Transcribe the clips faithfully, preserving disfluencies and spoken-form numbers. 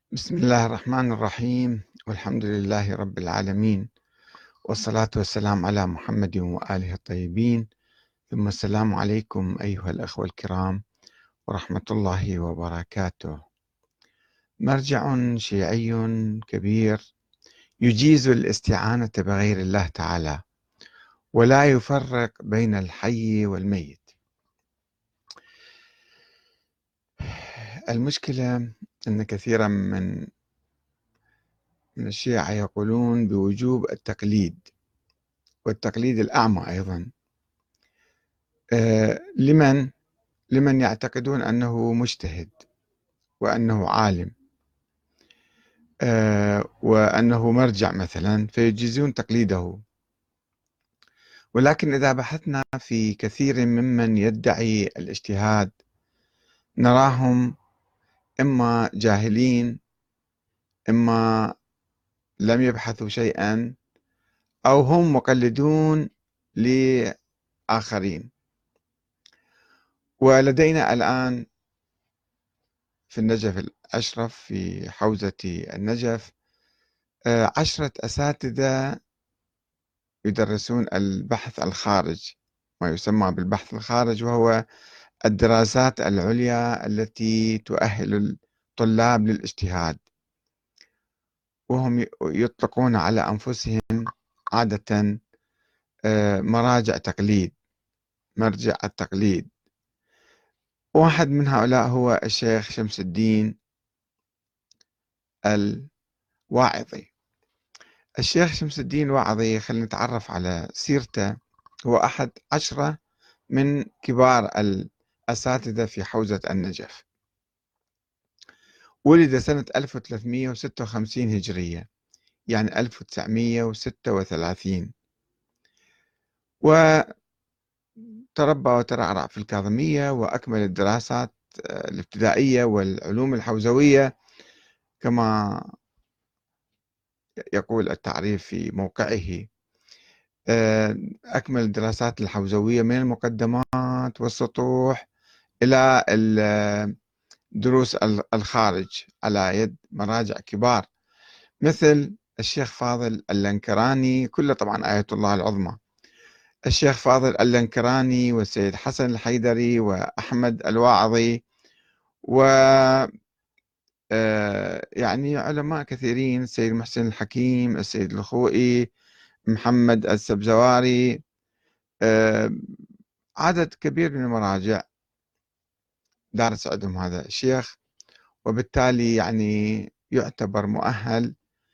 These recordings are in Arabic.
بسم الله الرحمن الرحيم والحمد لله رب العالمين والصلاة والسلام على محمد وآله الطيبين ثم السلام عليكم أيها الأخوة الكرام ورحمة الله وبركاته. مرجع شيعي كبير يجيز الاستعانة بغير الله تعالى ولا يفرق بين الحي والميت. المشكلة أن كثيرا من من الشيعة يقولون بوجوب التقليد والتقليد الأعمى أيضا آه، لمن لمن يعتقدون أنه مجتهد وأنه عالم آه، وأنه مرجع مثلا فيجيزون تقليده. ولكن إذا بحثنا في كثير ممن يدعي الاجتهاد نراهم إما جاهلين، إما لم يبحثوا شيئا، أو هم مقلدون لآخرين. ولدينا الآن في النجف الأشرف في حوزة النجف آه، عشرة أساتذة يدرسون البحث الخارج، ما يسمى بالبحث الخارج، وهو الدراسات العليا التي تؤهل الطلاب للاجتهاد، وهم يطلقون على أنفسهم عادة آه، مراجع تقليد، مرجع التقليد. واحد من هؤلاء هو الشيخ شمس الدين الواعظي. الشيخ شمس الدين الواعظي، خلينا نتعرف على سيرته. هو أحد عشرة من كبار الأساتذة في حوزة النجف. ولد سنة ألف وثلاثمئة وستة وخمسين هجرية، يعني ألف وتسعمئة وستة وثلاثين، وتربى وترعرع في الكاظمية، وأكمل الدراسات الابتدائية والعلوم الحوزوية كما يقول التعريف في موقعه. أكمل الدراسات الحوزوية من المقدمات والسطوح إلى دروس الخارج على يد مراجع كبار مثل الشيخ فاضل اللنكراني، كله طبعا آية الله العظمى، الشيخ فاضل اللنكراني والسيد حسن الحيدري وأحمد الواعظي، و يعني علماء كثيرين، السيد محسن الحكيم، السيد الخوئي، محمد السبزواري، عدد كبير من المراجع دارس عندهم هذا الشيخ، وبالتالي يعني يعتبر مؤهل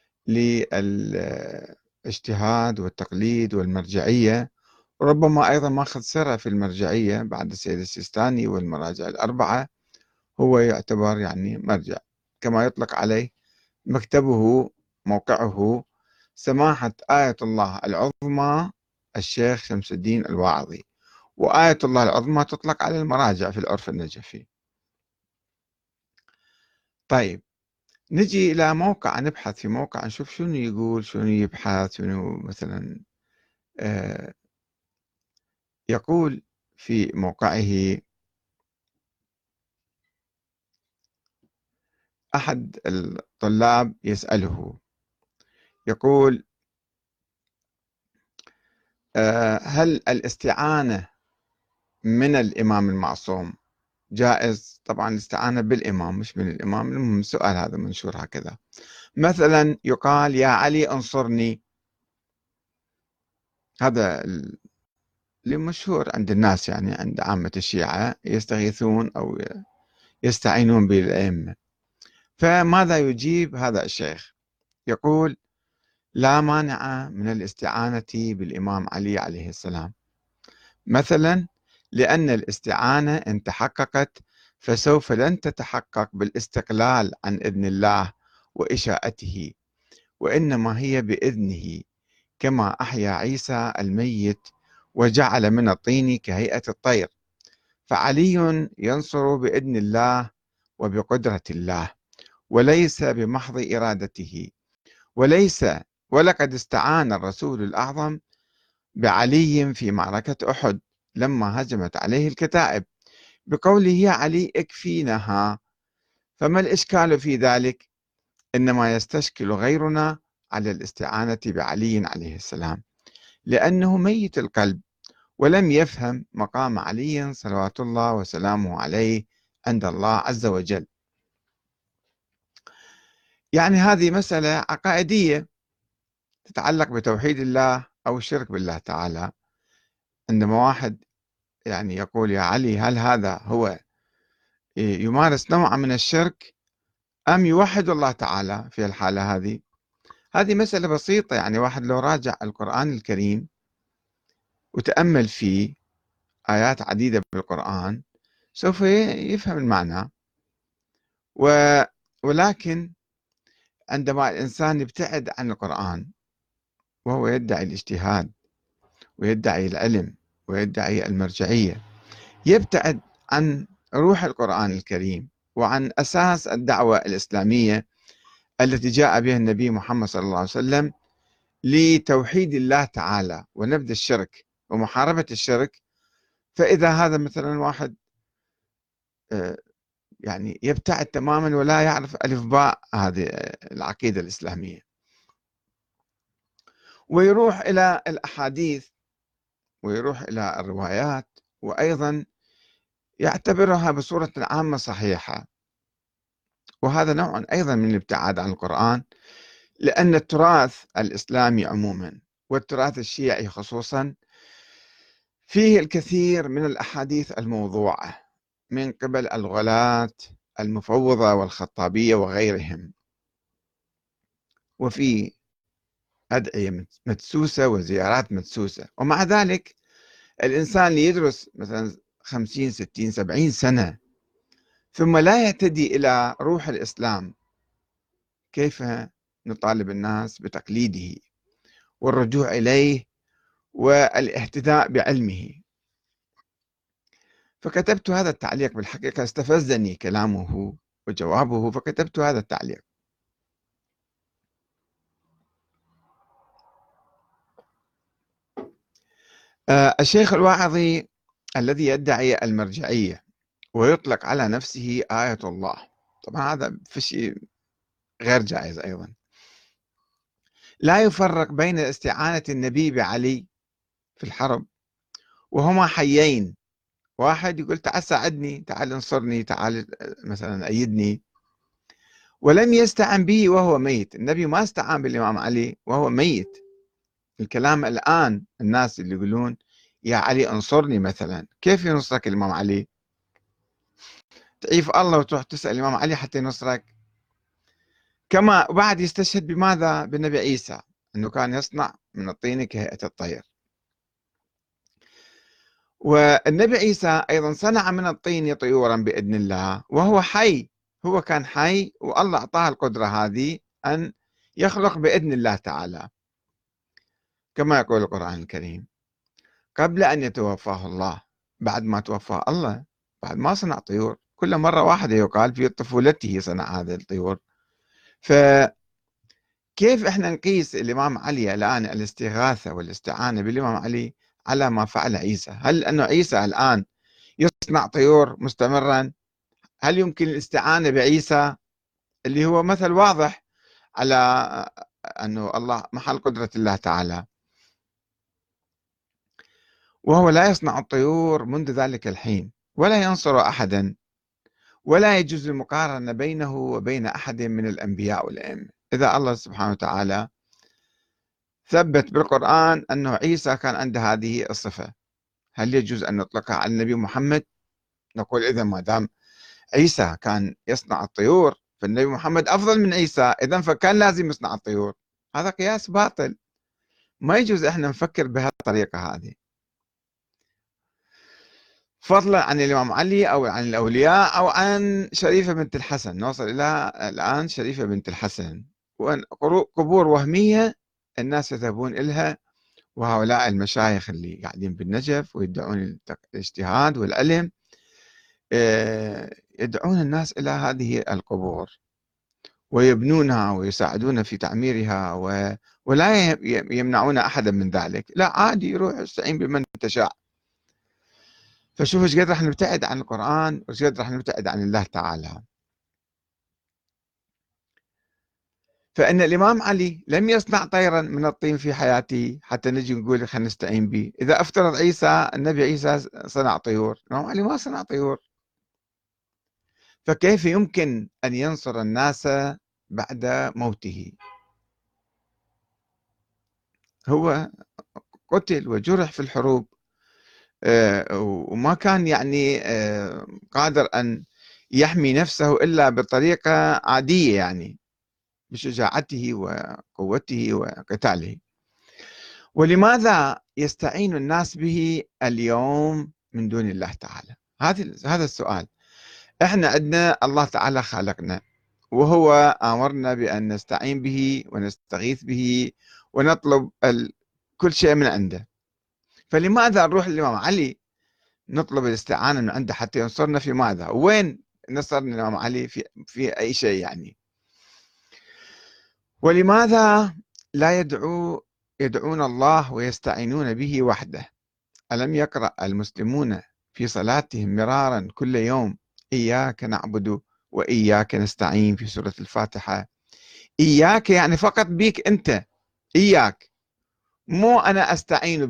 للاجتهاد والتقليد والمرجعية. وربما أيضا ماخذ سرة في المرجعية بعد السيد السيستاني والمراجع الأربعة، هو يعتبر يعني مرجع، كما يطلق عليه مكتبه موقعه سماحة آية الله العظمى الشيخ شمس الدين الواعظي. وآية الله العظمى تطلق على المراجع في العرف النجفي. طيب، نجي إلى موقع، نبحث في موقع نشوف شنو يقول، شنو يبحث، شنو مثلا آه يقول في موقعه. أحد الطلاب يسأله يقول آه هل الاستعانة من الإمام المعصوم جائز؟ طبعا الاستعانة بالإمام مش من الإمام، المهم السؤال هذا منشور هكذا. مثلا يقال يا علي انصرني، هذا اللي مشهور عند الناس، يعني عند عامة الشيعة يستغيثون أو يستعينون بالأئمة. فماذا يجيب هذا الشيخ؟ يقول لا مانع من الاستعانة بالإمام علي عليه السلام، مثلا لأن الاستعانة إن تحققت فسوف لن تتحقق بالاستقلال عن إذن الله وإشاءته، وإنما هي بإذنه، كما أحيا عيسى الميت وجعل من الطين كهيئة الطير، فعلي ينصر بإذن الله وبقدرة الله وليس بمحض إرادته. وليس ولقد استعان الرسول الأعظم بعلي في معركة أحد لما هجمت عليه الكتائب بقوله يا علي اكفينها، فما الإشكال في ذلك؟ إنما يستشكل غيرنا على الاستعانة بعلي عليه السلام، لأنه ميت القلب ولم يفهم مقام علي صلوات الله وسلامه عليه عند الله عز وجل. يعني هذه مسألة عقائدية تتعلق بتوحيد الله أو الشرك بالله تعالى. عندما واحد يعني يقول يا علي، هل هذا هو يمارس نوع من الشرك أم يوحد الله تعالى في الحالة هذه؟ هذه مسألة بسيطة، يعني واحد لو راجع القرآن الكريم وتأمل فيه آيات عديدة بالقرآن سوف يفهم المعنى. و... ولكن عندما الإنسان يبتعد عن القرآن وهو يدعي الاجتهاد ويدعي العلم ويدعي المرجعية، يبتعد عن روح القرآن الكريم وعن أساس الدعوة الإسلامية التي جاء بها النبي محمد صلى الله عليه وسلم لتوحيد الله تعالى ونبذ الشرك ومحاربة الشرك. فإذا هذا مثلا واحد يعني يبتعد تماما ولا يعرف ألف باء هذه العقيدة الإسلامية، ويروح إلى الأحاديث ويروح إلى الروايات وأيضا يعتبرها بصورة عامة صحيحة، وهذا نوع أيضا من الابتعاد عن القرآن، لأن التراث الإسلامي عموما والتراث الشيعي خصوصا فيه الكثير من الأحاديث الموضوعة من قبل الغلاة المفوضة والخطابية وغيرهم، وفي أدعية مدسوسة وزيارات مدسوسة. ومع ذلك الإنسان اللي يدرس مثلا خمسين ستين سبعين سنة ثم لا يهتدي إلى روح الإسلام، كيف نطالب الناس بتقليده والرجوع إليه والاهتداء بعلمه؟ فكتبت هذا التعليق، بالحقيقة استفزني كلامه وجوابه فكتبت هذا التعليق. آه الشيخ الواعظي الذي يدعي المرجعية ويطلق على نفسه آية الله، طبعا هذا في شيء غير جائز أيضا، لا يفرق بين استعانة النبي بعلي في الحرب وهما حيين، واحد يقول تعال ساعدني، تعال انصرني، تعال مثلا أيدني، ولم يستعن به وهو ميت. النبي ما استعان بالإمام علي وهو ميت. الكلام الآن الناس اللي يقولون يا علي انصرني مثلا، كيف ينصرك الإمام علي؟ تعيف الله وتروح تسأل الإمام علي حتى ينصرك؟ كما بعد يستشهد بماذا؟ بالنبي عيسى، أنه كان يصنع من الطين كهيئة الطير. والنبي عيسى أيضا صنع من الطين طيورا بإذن الله وهو حي، هو كان حي والله أعطاه القدرة هذه أن يخلق بإذن الله تعالى، كما يقول القرآن الكريم قبل أن يتوفاه الله، بعد ما توفاه الله، بعد ما صنع طيور، كل مرة واحدة يقال في طفولته صنع هذه الطيور. فكيف إحنا نقيس الإمام علي الآن الاستغاثة والاستعانة بالإمام علي على ما فعل عيسى؟ هل أنه عيسى الآن يصنع طيور مستمرا؟ هل يمكن الاستعانة بعيسى اللي هو مثل واضح على أنه الله محل قدرة الله تعالى، وهو لا يصنع الطيور منذ ذلك الحين ولا ينصر أحدا، ولا يجوز المقارنة بينه وبين أحد من الأنبياء والأئمة. إذا الله سبحانه وتعالى ثبت بالقرآن أنه عيسى كان عنده هذه الصفة، هل يجوز أن نطلقها على النبي محمد؟ نقول إذا ما دام عيسى كان يصنع الطيور فالنبي محمد أفضل من عيسى، إذا فكان لازم يصنع الطيور. هذا قياس باطل، ما يجوز إحنا نفكر بهالطريقة هذه، فضلا عن الإمام علي أو عن الأولياء أو عن شريفة بنت الحسن. نوصل إلى الآن شريفة بنت الحسن، قبور وهمية الناس يذهبون إليها، وهؤلاء المشايخ اللي قاعدين بالنجف ويدعون الاجتهاد والعلم يدعون الناس إلى هذه القبور ويبنونها ويساعدون في تعميرها و... ولا يمنعون أحدا من ذلك، لا عادي يروح يستعين بمن تشاء. فشوف ايش قد راح نبتعد عن القرآن وايش قد راح نبتعد عن الله تعالى. فإن الإمام علي لم يصنع طيرا من الطين في حياته حتى نجي نقول خلينا نستعين به. إذا افترض عيسى النبي عيسى صنع طيور، الإمام علي ما صنع طيور، فكيف يمكن أن ينصر الناس بعد موته؟ هو قتل وجرح في الحروب، آه، وما كان يعني آه، قادر أن يحمي نفسه إلا بطريقة عادية، يعني بشجاعته وقوته وقتاله. ولماذا يستعين الناس به اليوم من دون الله تعالى؟ هذا هذا السؤال. احنا عندنا الله تعالى خالقنا، وهو امرنا بان نستعين به ونستغيث به ونطلب ال... كل شيء من عنده. فلماذا نروح للامام علي نطلب الاستعانه من عنده حتى ينصرنا في ماذا؟ وين نصرنا الامام علي في في اي شيء يعني؟ ولماذا لا يدعو يدعون الله ويستعينون به وحده؟ ألم يقرأ المسلمون في صلاتهم مرارا كل يوم إياك نعبد وإياك نستعين في سورة الفاتحة؟ إياك يعني فقط بيك أنت، إياك، مو أنا أستعين